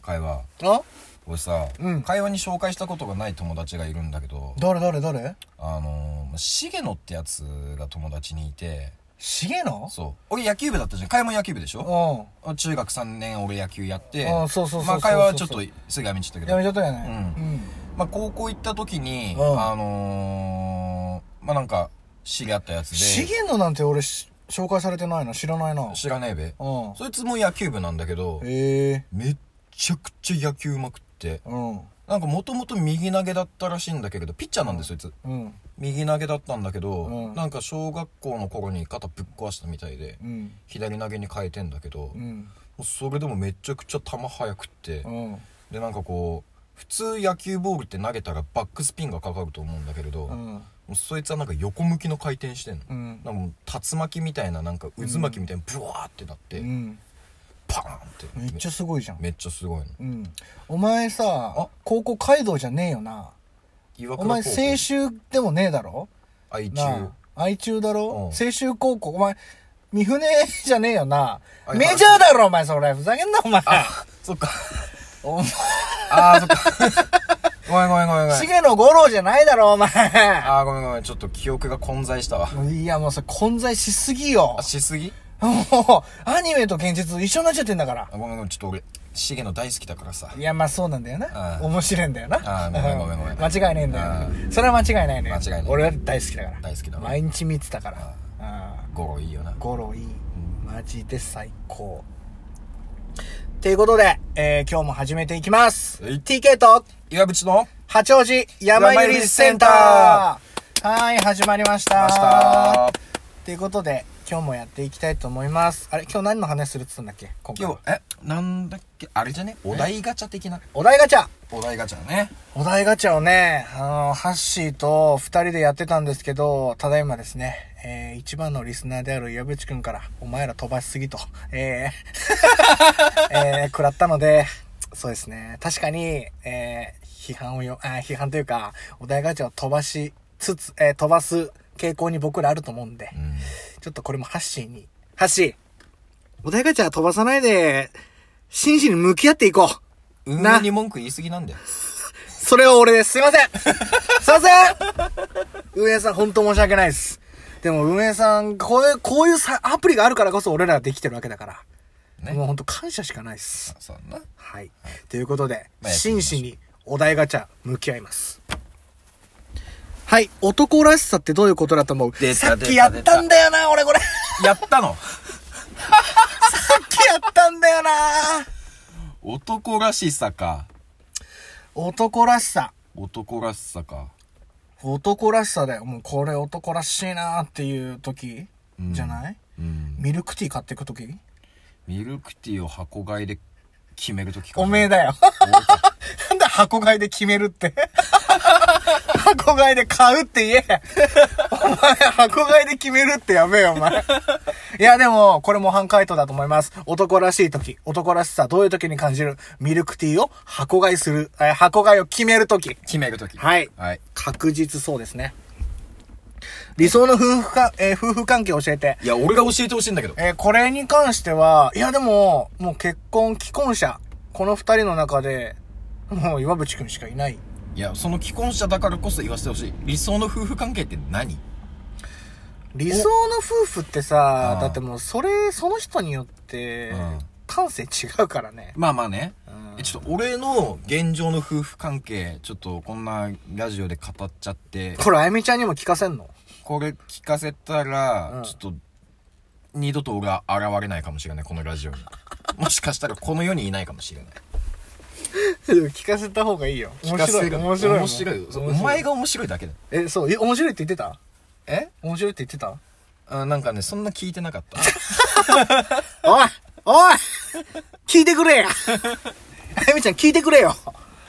会話。 あ俺さ、会話に紹介したことがない友達がいるんだけど、 誰重野ってやつが友達にいて。 重野？ そう。俺野球部だったじゃん。会話野球部でしょ？中学3年俺野球やって。 そう。 まあ会話はちょっとすぐやめちゃったけど。 やめちゃったよね。 まあ高校行った時に、まあなんか知り合ったやつで。 重野なんて俺紹介されてないの知らないな。 知らねえべ。そいつも野球部なんだけど、めっちゃくちゃ野球うまくって。なんかもともと右投げだったらしいんだけど、ピッチャーなんですよ、そいつ。右投げだったんだけど、なんか小学校の頃に肩ぶっ壊したみたいで、左投げに変えてんだけど、それでもめちゃくちゃ球速くって、でなんかこう普通野球ボールって投げたらバックスピンがかかると思うんだけれど、そいつはなんか横向きの回転してんの、なんかもう竜巻みたいな、なんか渦巻きみたいなブワーってなって、パーンって。 めっちゃすごいじゃん。 めっちゃすごいの。 お前さ、高校街道じゃねえよな。お前青州でもねえだろ？ 愛中。 愛中だろ？青州高校。お前三船じゃねえよな。メジャーだろお前、それ。ふざけんなお前。 そっか。 お前。 そっか。ごめん。 重野五郎じゃないだろお前。 ごめん。ちょっと記憶が混在したわ。 いやもうそれ混在しすぎよ。 しすぎ？ もうアニメと現実一緒になっちゃってんだから。 ごめん、ちょっと俺重野大好きだからさ。 いやまあそうなんだよな。面白いんだよな。 ごめん。 間違いねえんだよ。それは間違いないね。 間違いない。 俺は大好きだから。 大好きだ。 毎日見てたから。 ゴロいいよな。 ゴロいい。マジで最高。ということで、今日も始めていきます。TK と岩渕の八王子山ゆりセンター。はい、始まりました。ということで、今日もやっていきたいと思います。あれ、今日何の話するって言ったんだっけ？今日、なんだっけ？あれじゃね？お題ガチャ的な。 お題ガチャね。 お題ガチャをね、ハッシーと二人でやってたんですけど、ただいまですね、一番のリスナーである岩渕くんから、お前ら飛ばしすぎと、食らったので、そうですね、確かに、批判というか、お題ガチャを飛ばす傾向に僕らあると思うんで、ちょっとこれもハッシー、お題ガチャ飛ばさないで、真摯に向き合っていこう。 運営に文句言いすぎなんだよ。 それは俺です。すいません運営さん本当申し訳ないです。でも運営さん、こういうアプリがあるからこそ俺らができてるわけだから。もう本当感謝しかないです。 そうな。 はい。ということで、真摯にお題ガチャ向き合います。はい。男らしさってどういうことだと思う？さっきやったんだよな、俺これ。 やったの？ さっきやったんだよな。 男らしさか。 男らしさか。 男らしさだよ。もうこれ男らしいなーっていう時じゃない？ミルクティー買っていく時？ ミルクティーを箱買いで決める時か。 おめえだよ。なんだ箱買いで決めるって。箱買いで買うって言え。お前箱買いで決めるってやべえよお前。いやでもこれ模範回答だと思います。男らしい時、男らしさどういう時に感じる？ミルクティーを箱買いする、箱買いを決める時。はい。確実そうですね。理想の夫婦関係教えて。 いや俺が教えてほしいんだけど。 これに関しては、いやでももう既婚者この二人の中でもう岩渕くんしかいない。 いや、その既婚者だからこそ言わせてほしい。理想の夫婦関係って何？ 理想の夫婦ってさ、だってもうその人によって、感性違うからね。 まあね。ちょっと俺の現状の夫婦関係、ちょっとこんなラジオで語っちゃって。 これあやみちゃんにも聞かせんの？ これ聞かせたら、ちょっと、二度と俺は現れないかもしれない、このラジオに。もしかしたらこの世にいないかもしれない。 聞かせた方がいいよ。面白い。 お前が面白いだけだ。 面白いって言ってた？面白いって言ってた？ なんかね、そんな聞いてなかった。 おい聞いてくれや。あやみちゃん聞いてくれよ。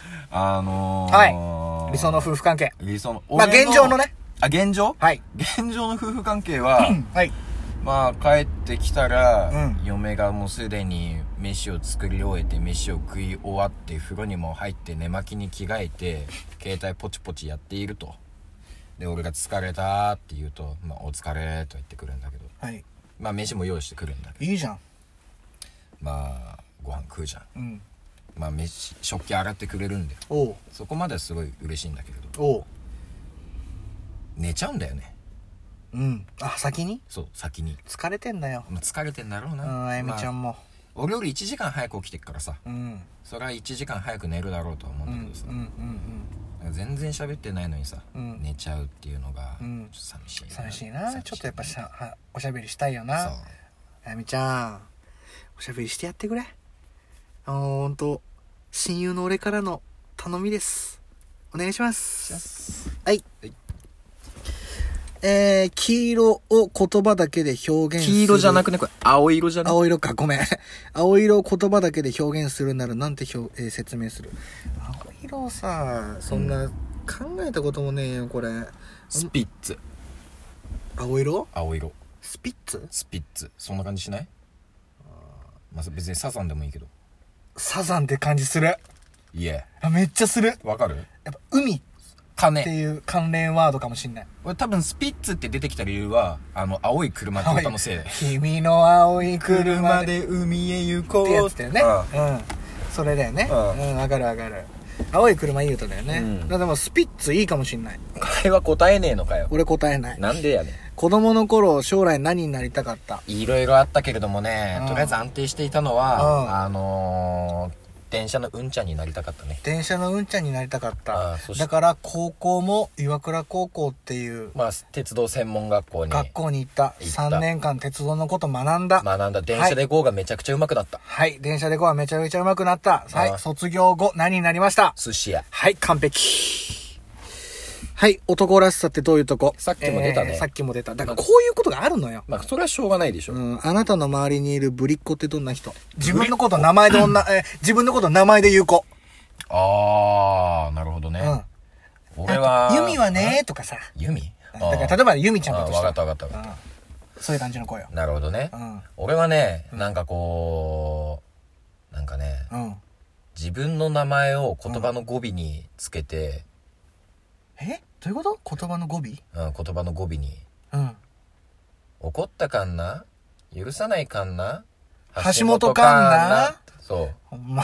はい。理想の夫婦関係。まあ現状のね。 現状？ はい。 現状の夫婦関係は、 はい。 まあ帰ってきたら、嫁がもうすでに飯を作り終えて飯を食い終わって風呂にも入って寝巻きに着替えて携帯ポチポチやっていると。で俺が疲れたって言うと、お疲れと言ってくるんだけど、 はい。 飯も用意してくるんだけど、 いいじゃん。 ご飯食うじゃん。 まあ食器洗ってくれるんだよ。そこまではすごい嬉しいんだけれど、寝ちゃうんだよね。 先に？ そう、先に。 疲れてんだよ。 疲れてんだろうな。 あやみちゃんも。 俺より1時間早く起きてっからさ、それは1時間早く寝るだろうとは思うんだけどさ、全然喋ってないのにさ、寝ちゃうっていうのがちょっと寂しいな。 寂しいな。ちょっとやっぱおしゃべりしたいよな。そう、あやみちゃんおしゃべりしてやってくれ。ほんと親友の俺からの頼みです。お願いします。はい、黄色を言葉だけで表現する。 黄色じゃなくね、これ青色じゃね。 青色か、ごめん。青色を言葉だけで表現するならなんて説明する。青色をさ、そんな考えたこともねえよこれ。 スピッツ。 青色？ 青色。 スピッツ？ スピッツ。そんな感じしない？まあ別にサザンでもいいけど。 サザンって感じする。 いえ。 めっちゃする。 わかる？ やっぱ海っていう関連ワードかもしんない。 俺多分スピッツって出てきた理由は青い車って歌のせいで。 君の青い車で海へ行こうってやつだよね。それだよね。わかるわかる。青い車いい歌だよね。でもスピッツいいかもしんない。 会話答えねえのかよ。 俺答えない。 なんでやねん。 子供の頃将来何になりたかった？ いろいろあったけれどもね、とりあえず安定していたのは電車のうんちゃんになりたかったね。 電車のうんちゃんになりたかった。だから高校も岩倉高校っていう鉄道専門学校に行った。3年間鉄道のこと学んだ。 電車で GO がめちゃくちゃうまくなった。 はい、電車で GO はめちゃめちゃうまくなった。はい、卒業後何になりました？ 寿司屋。 はい、完璧。はい、男らしさってどういうとこ？ さっきも出たね。 さっきも出た。だからこういうことがあるのよ。 それはしょうがないでしょ。 あなたの周りにいるぶりっ子ってどんな人？自分のこと名前で自分のこと名前で言う子。 あー、なるほどね。俺はユミはねとかさ。 ユミ？ だから例えばユミちゃんだとしたら。 わかった。 そういう感じの子よ。 なるほどね。俺はね、なんかこうなんかね、自分の名前を言葉の語尾につけて。 どういうこと？言葉の語尾？ 言葉の語尾に。怒ったかんな？許さないかんな？ 橋本かんな？ そう。 ほんま。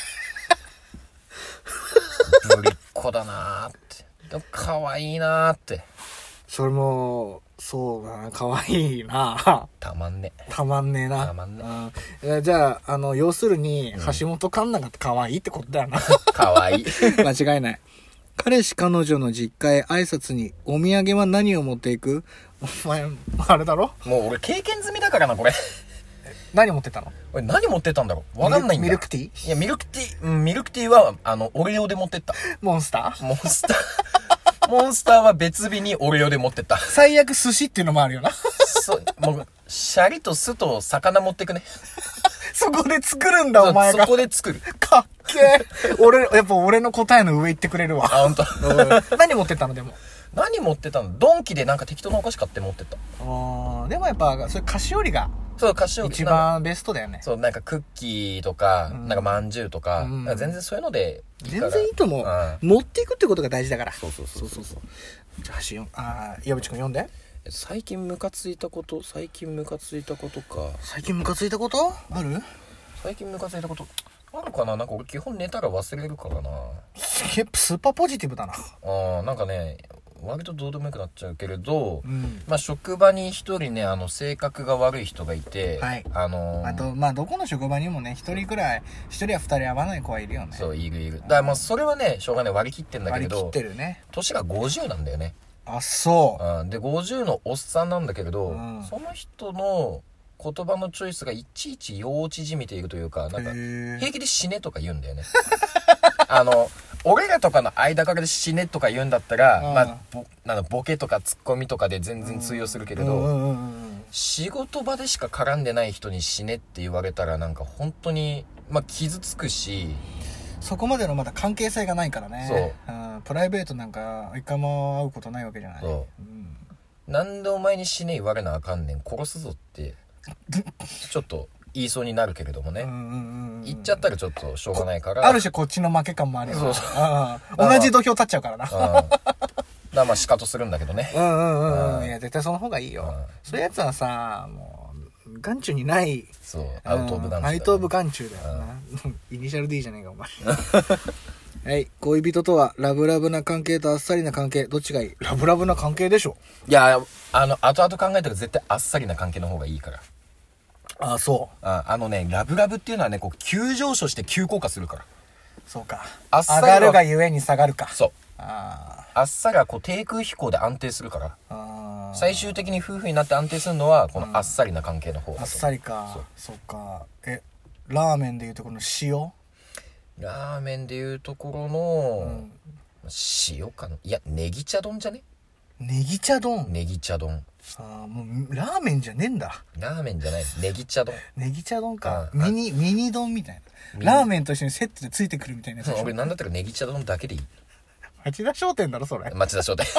ぶりっ子だなーって。でも可愛いなーって。 それも、そうだな、可愛いな。 たまんねえな。 たまんね。じゃあ、要するに、橋本かんなが可愛いってことだよな。 可愛い。 間違いない。彼氏彼女の実家へ挨拶にお土産は何を持っていく？お前あれだろ？ もう俺経験済みだからなこれ。 何持ってたの？ 俺何持ってたんだろう？わかんないんだ。 ミルクティー？ いやミルクティーはオレオで持ってった。 モンスターは別日にオレオで持ってった。 最悪寿司っていうのもあるよな。 もうシャリと酢と魚持ってくね。 そこで作るんだお前が。 そこで作る。 かっけえ。やっぱ俺の答えの上行ってくれるわ。 あ、ほんと。 何持ってったのでも。 何持ってたの？ドンキでなんか適当なお菓子買って持ってった。 でもやっぱそれ菓子折りが。 そう、菓子折り。 一番ベストだよね。 そう、なんかクッキーとか、なんかまんじゅうとか、全然そういうのでいいから。 全然いいと思う。持っていくってことが大事だから。 そう。じゃあ岩渕くん読んで。 最近ムカついたことか。 最近ムカついたことある？ 最近ムカついたことあるかな。なんか俺基本寝たら忘れるからな。 スーパーポジティブだな。 なんかね、割とどうでもよくなっちゃうけれど、職場に一人ね、性格が悪い人がいて、あとどこの職場にもね、一人や二人合わない子はいるよね。 そう、いる。だからそれはね、しょうがない、割り切ってんだけれど、 割り切ってるね。 年が50なんだよね。 あ、そう。 で50のおっさんなんだけれど、その人の言葉のチョイスがいちいち幼稚じみているというか、なんか平気で死ねとか言うんだよね。俺らとかの間柄で死ねとか言うんだったら、ボケとかツッコミとかで全然通用するけれど、仕事場でしか絡んでない人に死ねって言われたらなんか本当に傷つくし、 そこまでのまだ関係性がないからね。プライベートなんか一回も会うことないわけじゃない。 なんでお前に死ね言われなあかんねん、殺すぞってちょっと言いそうになるけれどもね、言っちゃったらちょっとしょうがないから、 ある種こっちの負け感もあるよ。同じ土俵立っちゃうからな。 だから仕方するんだけどね。 いや絶対その方がいいよ。そういうやつはさ、もう眼中にない。 そう、アウトオブ眼中だ、ね。 アウトオブ眼中だよな。イニシャル D じゃねえか、お前。はい。恋人とは、ラブラブな関係とあっさりな関係。どっちがいい？ラブラブな関係でしょ。 いや、後々考えたら絶対あっさりな関係の方がいいから。 ああ、そう。 ラブラブっていうのはね、こう、急上昇して急降下するから。 そうか。 あっさり上がるがゆえに下がるか。 そう。あっさりはこう、低空飛行で安定するから。最終的に夫婦になって安定するのは、このあっさりな関係の方だ。 あっさりか。そうか。ラーメンでいうところの塩？ ラーメンでいうところの、塩かな。いや、ネギ茶丼じゃね？ ネギ茶丼？ ネギ茶丼。 もうラーメンじゃねえんだ。 ラーメンじゃない。ネギ茶丼。 ネギ茶丼か。ミニ丼みたいな。ラーメンと一緒にセットでついてくるみたいなやつ。 俺なんだったらネギ茶丼だけでいい。 町田商店だろそれ。 町田商店。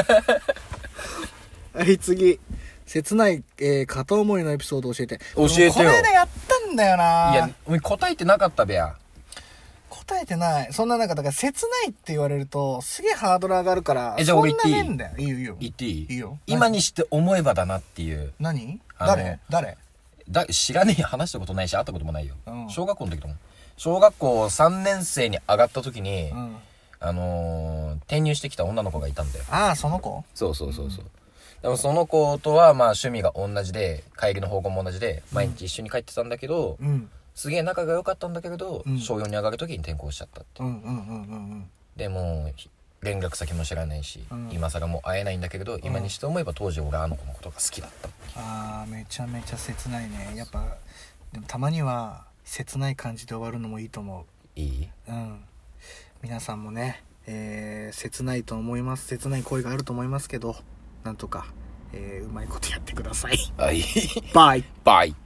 はい、次。切ない、片思いのエピソード教えて。 教えてよ。 この間やったんだよな。 いや、答えてなかったべや。 答えてない。そんな中、だから切ないって言われると、すげえハードル上がるから。 じゃあ俺言っていい？ そんなねえんだよ。いいよいいよ。 言っていい？ いいよ。 今にして思えばだなっていう。 何？誰？ 知らねえ、話したことないし、会ったこともないよ。小学校の時だもん。小学校3年生に上がった時に、転入してきた女の子がいたんだよ。 ああ、その子？ そう。でもその子とはまあ趣味が同じで、帰りの方向も同じで、毎日一緒に帰ってたんだけど、すげえ仲が良かったんだけれど、小4に上がる時に転校しちゃったって。でもう連絡先も知らないし、今更もう会えないんだけれど、今にして思えば当時俺あの子のことが好きだった。 ああ、めちゃめちゃ切ないね。やっぱでもたまには切ない感じで終わるのもいいと思う。 いい？ 皆さんもね、切ないと思います。切ない恋があると思いますけど、なんとか、うまいことやってください。 はい。 バイ。